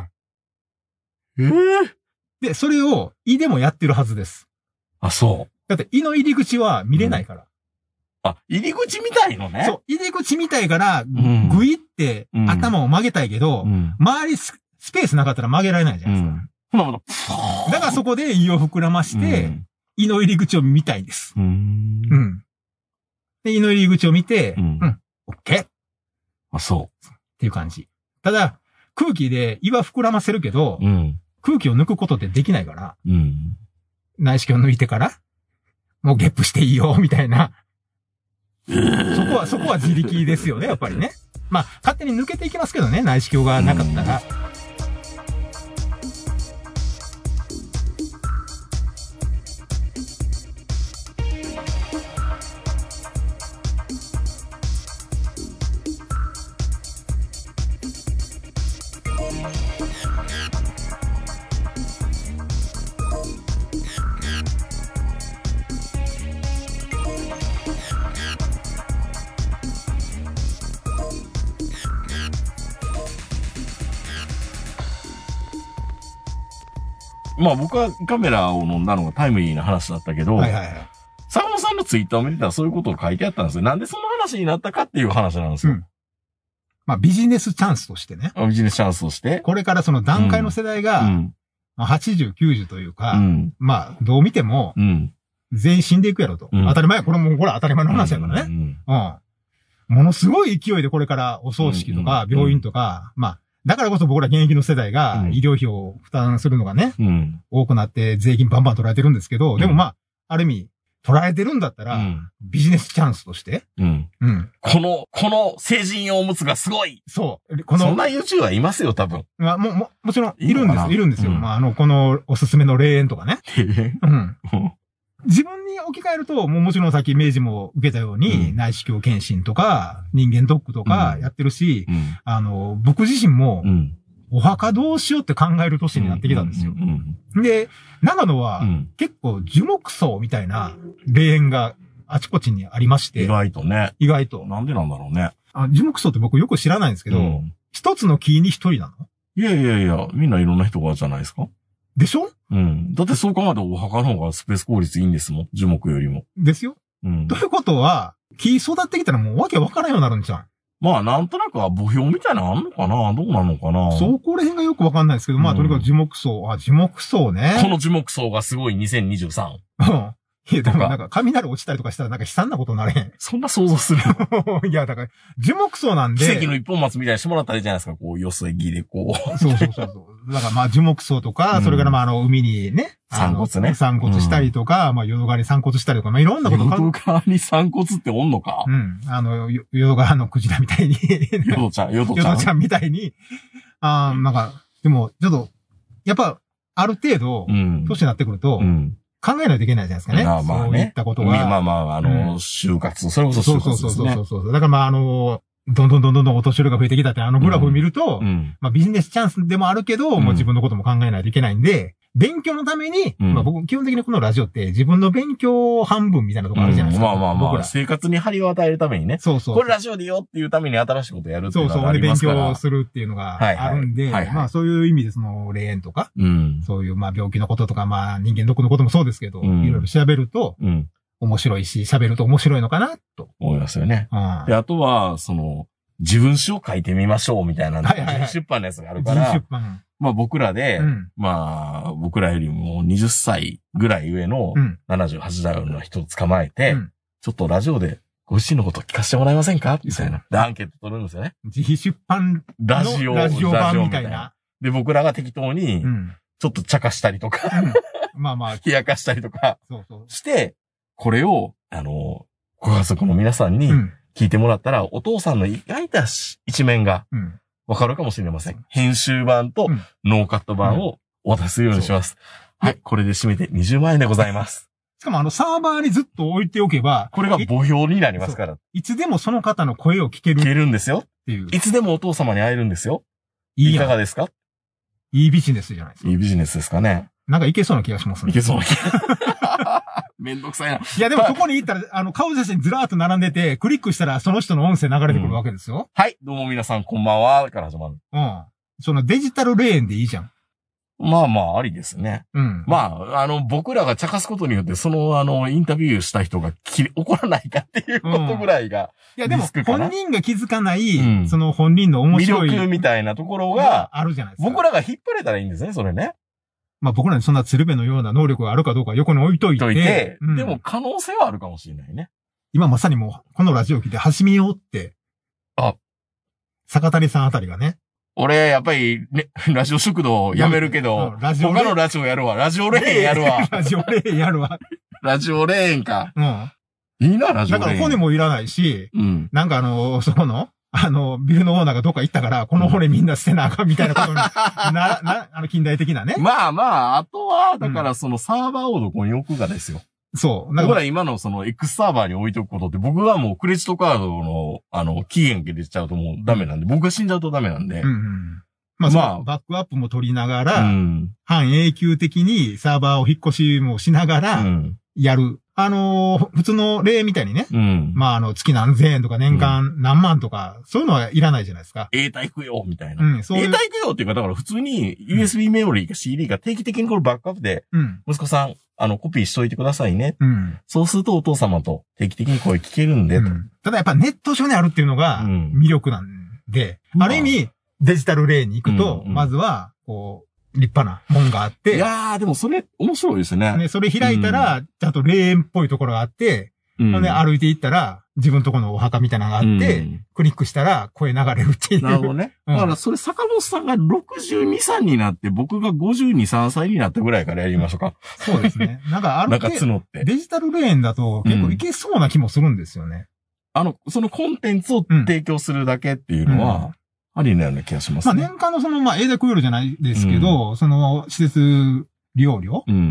で、それを胃でもやってるはずです。 あ、そう。 だって胃の入り口は見れないから。 入り口みたいのね。 そう、入り口みたいから、グイって頭を曲げたいけど、周りスペースなかったら曲げられないじゃないですか。だからそこで胃を膨らまして、胃の入り口を見たいんです。で、胃の入り口を見て、オッケー。 あ、そう。 っていう感じ。ただ、空気で胃は膨らませるけど、空気を抜くことってできないから、内視鏡抜いてから、もうゲップしていいよ、みたいな。そこは自力ですよね、やっぱりね。まあ、勝手に抜けていきますけどね、内視鏡がなかったら。 まあ僕はカメラを飲んだのがタイムリーな話だったけど、坂本さんのツイッターを見てたらそういうことを書いてあったんですよ。なんでその話になったかっていう話なんですよ。 まあビジネスチャンスとしてね。 ビジネスチャンスとして。 これからその段階の世代が、80、90というか、まあどう見ても、全員死んでいくやろと。当たり前、これも当たり前の話やからね。ものすごい勢いでこれからお葬式とか病院とか、まあ、だからこそ僕ら現役の世代が医療費を負担するのがね、多くなって税金バンバン取られてるんですけど、でもまあ、ある意味、取られてるんだったら、ビジネスチャンスとして、 この成人用おむつがすごい。 そう。 そんな YouTuber いますよ、多分。 もちろん、いるんですよ。まあ、このおすすめの霊園とかね。 自分に置き換えると、もちろんさっき明治も受けたように、内視鏡検診とか、人間ドックとかやってるし、僕自身も、お墓どうしようって考える年になってきたんですよ。で、長野は、結構樹木葬みたいな霊園があちこちにありまして。 意外とね。 意外と。 なんでなんだろうね。 樹木葬って僕よく知らないんですけど、一つの木に一人なの？ いやいやいや、みんないろんな人がじゃないですか？ でしょ？ だってそう考えたらお墓の方がスペース効率いいんですもん。樹木よりも。 ですよ。ということは、木育ってきたらもうわけわからんようになるんじゃん。 まあなんとなくは墓標みたいなのあんのかな？どうなのかな？ そう、これ辺がよくわかんないですけど、まあとにかく樹木葬。樹木葬ね。 この樹木葬がすごい2023。 いや、でもなんか雷落ちたりとかしたらなんか悲惨なことになれへん。 そんな想像するいや、だから、樹木葬なんで。 奇跡の一本松みたいにしてもらったらいいじゃないですか。こう、よそぎでこう。 そう。だからまあ樹木葬とか、それからまあ海にね。 散骨ね。 散骨したりとか、まあ淀川に散骨したりとか、まあいろんなこと淀川に散骨っておんのか？ 淀川のクジラみたいに。 淀ちゃんみたいに。なんか、でも、ちょっと、やっぱ、ある程度、年になってくると、考えないといけないじゃないですかね。 まあまあね。 そういったことが。 就活、それこそ就活ですね。 そう。だからまあどんどんお年寄りが増えてきたってグラフを見ると、まあビジネスチャンスでもあるけど、もう自分のことも考えないといけないんで、勉強のために、まあ僕基本的にこのラジオって自分の勉強半分みたいなとこあるじゃないですか。 まあ、生活に張りを与えるためにね。そう。これラジオでよっていうために新しいことやるっていうのがありますから。 で勉強するっていうのがあるんで、まあそういう意味でその霊園とか、そういうまあ病気のこととか、まあ人間ドックのこともそうですけど、いろいろ調べると、面白いし、喋ると面白いのかな、と。 思いますよね。で、あとは、自分詩を書いてみましょうみたいな、出版のやつがあるから、まあ僕らで、まあ僕らよりも20歳ぐらい上の78代の人を捕まえて、ちょっとラジオでご自身のこと聞かせてもらえませんかみたいな。で、アンケート取るんですよね。 自費出版のラジオ版みたいな。 で、僕らが適当に、ちょっと茶化したりとか、 まあまあ、 冷やかしたりとかして、これを、ご家族の皆さんに聞いてもらったら、お父さんの意外な一面がわかるかもしれません。編集版とノーカット版をお渡しするようにします。はい、これで締めて20万円でございます。 しかもサーバーにずっと置いておけば、 これが墓標になりますから。 いつでもその方の声を聞ける。 聞けるんですよ。 っていう。 いつでもお父様に会えるんですよ。いかがですか？ いいビジネスじゃないですか。 いいビジネスですかね。 なんかいけそうな気がしますね。 いけそうな気が。めんどくさいな。 いやでもそこに行ったら、顔写真ずらーっと並んでて、クリックしたらその人の音声流れてくるわけですよ。 はい、どうも皆さんこんばんは、から始まる。 そのデジタルレーンでいいじゃん。 まあまあ、ありですね。まあ、僕らが茶化すことによって、その、インタビューした人が怒らないかっていうことぐらいが、 いやでも、本人が気づかない、その本人の面白い。 魅力みたいなところが、 あるじゃないですか。 僕らが引っ張れたらいいんですね、それね。 まあ僕らにそんな鶴瓶のような能力があるかどうか横に置いといて。 でも可能性はあるかもしれないね。 今まさにもう、このラジオを聞いて始めようって。坂谷さんあたりがね。 俺、やっぱり、ね、ラジオ食堂やめるけど、他のラジオやるわ。ラジオレーンやるわ。 ラジオレーンやるわ。 ラジオレーンか。いいな、ラジオレーン。 だから骨もいらないし、なんかそこの、ビルのオーナーがどっか行ったから、この骨みんな捨てなあかんみたいなことに近代的なね。 まあまあ、あとは、だからそのサーバーをどこに置くかですよ。 そう。 僕ら今のその X サーバーに置いておくことって、僕はもうクレジットカードの、期限切れちゃうともうダメなんで、僕が死んじゃうとダメなんで。 まあ、バックアップも取りながら、半永久的にサーバーを引っ越しもしながら、やる。普通の例みたいにね。まあ、月何千円とか年間何万とか、そういうのはいらないじゃないですか。 永代供養みたいな。永代供養っていうか、だから普通に USB メモリーか CD か定期的にこれバックアップで、息子さん、コピーしといてくださいね。そうするとお父様と定期的に声聞けるんで、と。 ただやっぱネット上にあるっていうのが魅力なんで、ある意味デジタルレーンに行くと、まずは、こう、立派な門があって。 いやー、でもそれ面白いですね。 それ開いたら、ちゃんと霊園っぽいところがあって、で歩いていったら、自分のところのお墓みたいなのがあって、クリックしたら声流れるっていう。 なるほどね。だからそれ坂本さんが62、3になって、僕が52、3歳になったぐらいからやりましょうか。 そうですね。なんか募って。 デジタルレーンだと結構いけそうな気もするんですよね。 そのコンテンツを提供するだけっていうのは、ありなような気がしますね。 まあ年間の永代供養じゃないですけど、その施設利用料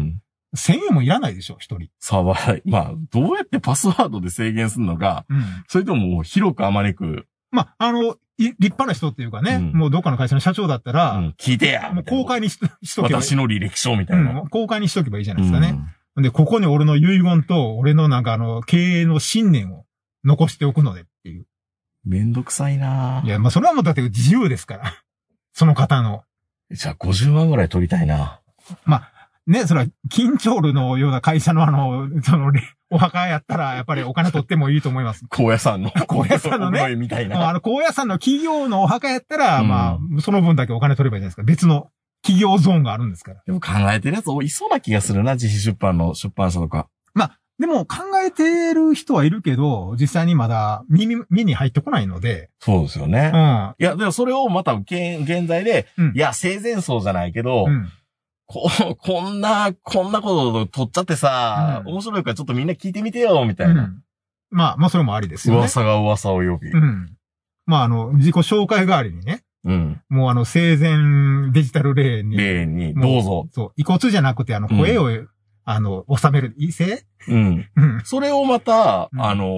1000円もいらないでしょ、一人。 サーバー、まあ、どうやってパスワードで制限するのか、それとももう広くあまねく。 まあ、立派な人っていうかね、もうどっかの会社の社長だったら、 聞いてやもう公開にしとけば。 私の履歴書みたいな。 公開にしとけばいいじゃないですかね。で、ここに俺の遺言と、俺のなんか経営の信念を残しておくのでっていう。 めんどくさいなぁ。 いや、まあ、それはもうだって自由ですから。その方の。 じゃあ50万ぐらい取りたいな。 まあ、ね、それは、金チョールのような会社のお墓やったら、やっぱりお金取ってもいいと思います。 高野山の。 高野山のね。 みたいな。 高野山の企業のお墓やったら、まあ、その分だけお金取ればいいじゃないですか。別の企業ゾーンがあるんですから。 でも考えてるやつ多いそうな気がするな、自費出版の出版社とか。 まあ、でも考えてる人はいるけど、実際にまだ耳に入ってこないので。 そうですよね。いや、でもそれをまた現在で、いや、生前葬じゃないけど、こんなこと取っちゃってさ、面白いからちょっとみんな聞いてみてよ、みたいな。 まあ、それもありですよね。 噂が噂を呼び。 まあ、自己紹介代わりにね。もう生前デジタル霊に。 どうぞ。 そう、遺骨じゃなくて声を、収める異性それをまた、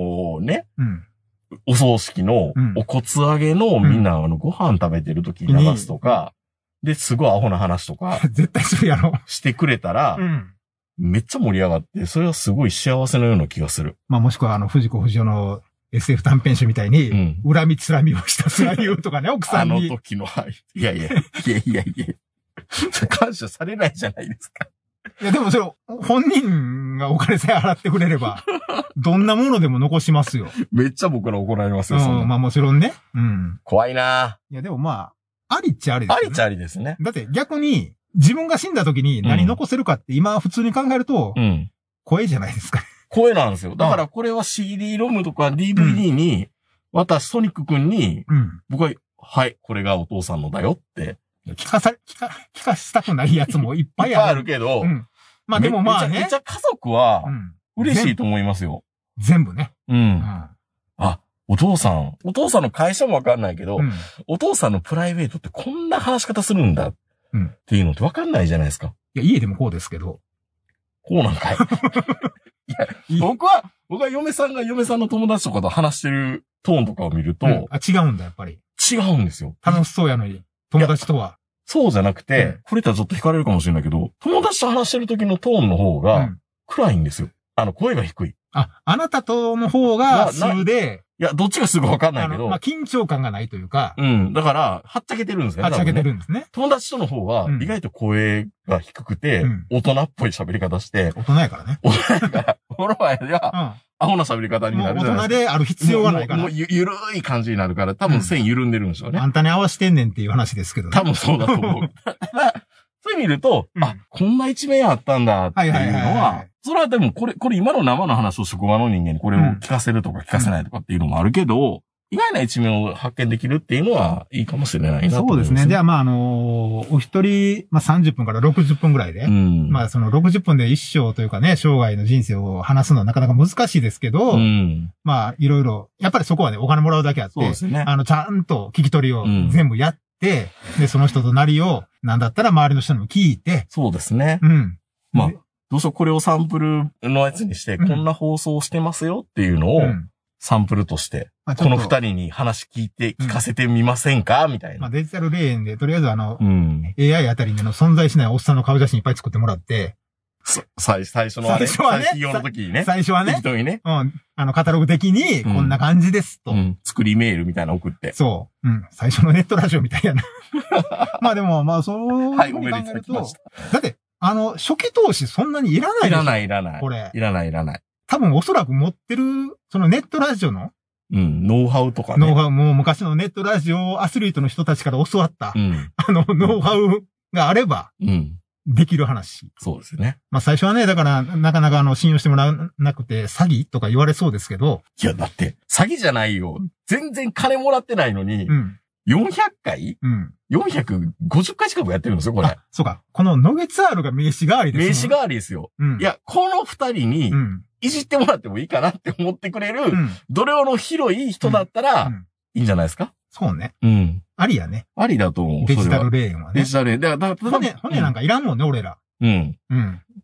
お葬式のお骨上げのみんなご飯食べてる時に流すとか、で、すごいアホな話とか。 絶対するやろ。 してくれたら、めっちゃ盛り上がって、それはすごい幸せのような気がする。 まあもしくは藤子不二雄の SF 短編集みたいに、恨みつらみをひたすら言うとかね、奥さんに。 時の、いや。感謝されないじゃないですか。 いや、でもそれ、本人がお金さえ払ってくれれば、どんなものでも残しますよ。 めっちゃ僕ら怒られますよ、 まあもちろんね。 怖いないや、でもまあ、ありっちゃありですね。 ありっちゃありですね。 だって逆に、自分が死んだ時に何残せるかって今普通に考えると、声じゃないですか。 声なんですよ。だからこれは CD ロムとか DVD に、私、ソニック君に、僕は、はい、これがお父さんのだよって。 聞かしたくないやつもいっぱいあるけど、 まあでもまあね。 めっちゃ家族は、嬉しいと思いますよ。 全部ね。 お父さんの会社もわかんないけど、お父さんのプライベートってこんな話し方するんだっていうのってわかんないじゃないですか。 いや、家でもこうですけど。 こうなんかい。いや、僕は嫁さんの友達とかと話してるトーンとかを見ると、 違うんだ、やっぱり。 違うんですよ。 楽しそうやのに、友達とは。 そうじゃなくて、これ言ったらちょっと惹かれるかもしれないけど、友達と話してる時のトーンの方が、暗いんですよ。声が低い。 あなたとの方が数で、 いや、どっちがすぐわかんないけど。 まあ、緊張感がないというか。 だから、はっちゃけてるんですよね。 はっちゃけてるんですね。 友達との方は、意外と声が低くて、大人っぽい喋り方して。 大人やからね。 大人やから、この前では、アホな喋り方になるじゃないですか。 大人である必要がないから。 もうゆるい感じになるから、多分線緩んでるんでしょうね。 あんたに合わせてんねんっていう話ですけどね。 多分そうだと思う。それ見ると、こんな一面あったんだっていうのは、それはでもこれ今の生の話を職場の人間にこれを聞かせるとか聞かせないとかっていうのもあるけど、意外な一面を発見できるっていうのはいいかもしれないなと思います。 そうですね。ではまあお一人、まあ30分から60分ぐらいで、まあその60分で一生というかね、生涯の人生を話すのはなかなか難しいですけど、まあいろいろ、やっぱりそこはね、お金もらうだけあって、 そうですね。 ちゃんと聞き取りを全部やって、で、その人となりを、なんだったら周りの人にも聞いて。 そうですね。まあ、どうしようこれをサンプルのやつにして、こんな放送してますよっていうのを、サンプルとして、この二人に話聞かせてみませんかみたいな。 まあデジタル霊園で、とりあえずAI あたりでの存在しないおっさんの顔写真いっぱい作ってもらって、 最初のあれ、採用の時にね。 最初はね。 適当にね。 カタログ的に、こんな感じですと。 作りメールみたいなの送って。 そう。最初のネットラジオみたいやな。まあでも、まあそうはい、おめでとうございました。 だって、初期投資そんなにいらないでしょ。 いらない。 これ。 いらない。 多分おそらく持ってる、そのネットラジオの、 ノウハウとかね。 ノウハウ、もう昔のネットラジオアスリートの人たちから教わった、ノウハウがあれば、できる話。 そうですね。 まあ最初はね、だからなかなか信用してもらえなくて詐欺とか言われそうですけど。 いやだって詐欺じゃないよ。全然金もらってないのに、400回 ?450 回近くやってるんですよ、これ。 そうか。この野毛ツアールが名刺代わりですよ。 名刺代わりですよ。いや、この二人に、いじってもらってもいいかなって思ってくれる、度量の広い人だったら、いいんじゃないですか？ そうね。ありやね。 ありだと思う。 デジタル霊園はね。 デジタル霊園。 骨なんかいらんもんね、俺ら。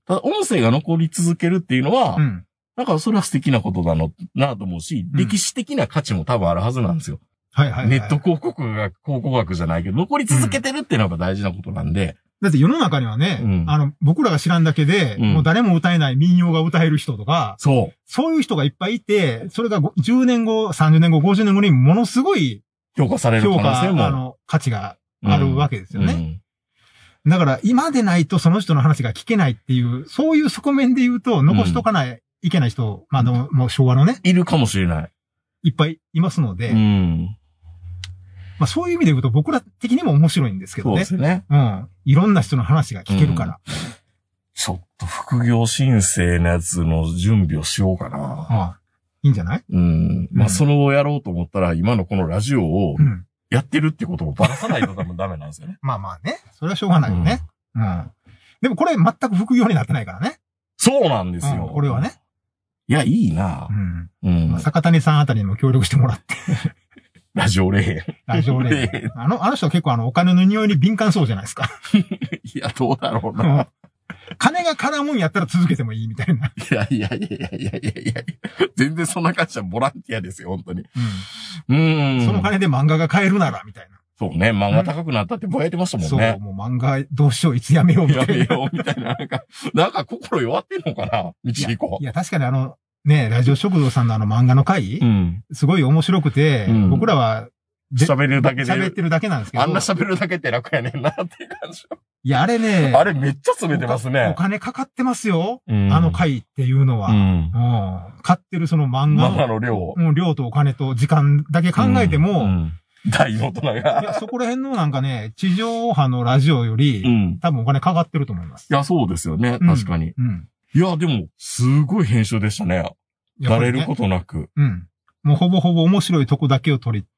ただ音声が残り続けるっていうのは、なんかそれは素敵なことだなと思うし、歴史的な価値も多分あるはずなんですよ。はいはい。ネット広告が考古学じゃないけど、残り続けてるっていうのが大事なことなんで。 だって世の中にはね、僕らが知らんだけで、もう誰も歌えない民謡が歌える人とか、そういう人がいっぱいいて、それが10年後、30年後、50年後にものすごい評価される可能性も。 価値があるわけですよね。だから今でないとその人の話が聞けないっていう、そういう側面で言うと、残しとかない、いけない人、まあもう昭和のね。 いるかもしれない。 いっぱいいますので、まあそういう意味で言うと僕ら的にも面白いんですけどね。 そうですね。 いろんな人の話が聞けるから。 ちょっと副業申請のやつの準備をしようかな。 いいんじゃない？ まあそれをやろうと思ったら今のこのラジオをやってるってことをばらさないと多分ダメなんですよね。 まあまあね。それはしょうがないよね。でもこれ全く副業になってないからね。 そうなんですよ。 これはね。 いや、いいな。 坂谷さんあたりにも協力してもらって。 ラジオ霊園。 ラジオ霊園。あの人は結構お金の匂いに敏感そうじゃないですか。 いや、どうだろうな。 金が絡むんやったら続けてもいいみたいな。 いや。全然そんな感じはボランティアですよ、本当に。 その金で漫画が買えるなら、みたいな。 そうね、漫画高くなったってぼやいてましたもんね。 そう、もう漫画どうしよう、いつやめようみたいな。 やめようみたいな。なんか心弱ってんのかな、道彦。 いや、確かにね、ラジオ食堂さんの漫画の回、すごい面白くて、僕らは、 喋るだけで。 喋ってるだけなんですけど。 あんな喋るだけって楽やねんなっていう感じ。 いや、あれね。 あれめっちゃ詰めてますね。 お金かかってますよ。あの回っていうのは。買ってるその漫画の量。 量とお金と時間だけ考えても、 大の大人が。 いや、そこら辺のなんかね、地上波のラジオより、多分お金かかってると思います。 いや、そうですよね。確かに。いや、でも、すごい編集でしたね。慣れることなく。 もうほぼほぼ面白いとこだけを取って、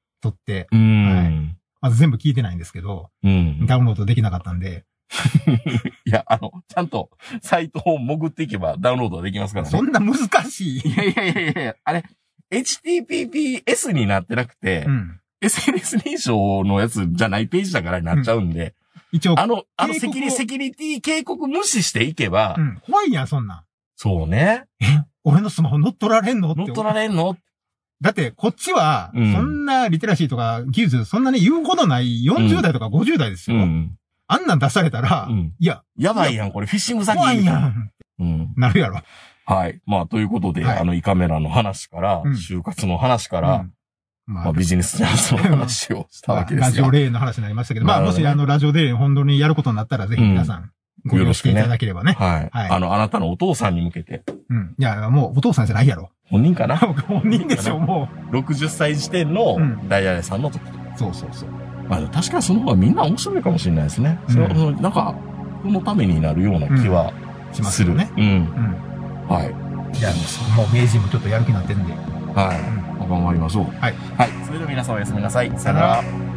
まず全部聞いてないんですけど、ダウンロードできなかったんで。 いや、ちゃんとサイトを潜っていけばダウンロードできますからね。 そんな難しい。 いや、あれ、HTTPS になってなくて、SNS 認証のやつじゃないページだからになっちゃうんで、一応、セキュリティ警告無視していけば、 怖いやん、そんなん。 そうね。 俺のスマホ乗っ取られんの？だって、こっちは、そんなリテラシーとか技術、そんなに言うことない40代とか50代ですよ。あんなん出されたら、いや。 やばいやん、これフィッシング詐欺。 怖いやん。なるやろ。 はい。まあ、ということで、胃カメラの話から、就活の話から、まあ、ビジネスチャンスの話をしたわけですが。 ラジオ霊園の話になりましたけど、まあ、もしラジオ霊園本当にやることになったら、ぜひ皆さん、ご了承いただければね。 はい。あなたのお父さんに向けて。 いや、もうお父さんじゃないやろ。 本人かな本人でしょ、もう。60歳時点のダイヤレさんの時。 そう。 まあ、確かにその方がみんな面白いかもしれないですね。なんか、このためになるような気はしますよね。 はい。 じゃあ、もう名人もちょっとやる気になってるんで。 はい。頑張りましょう。 はい。 それでは皆さんおやすみなさい。さよなら。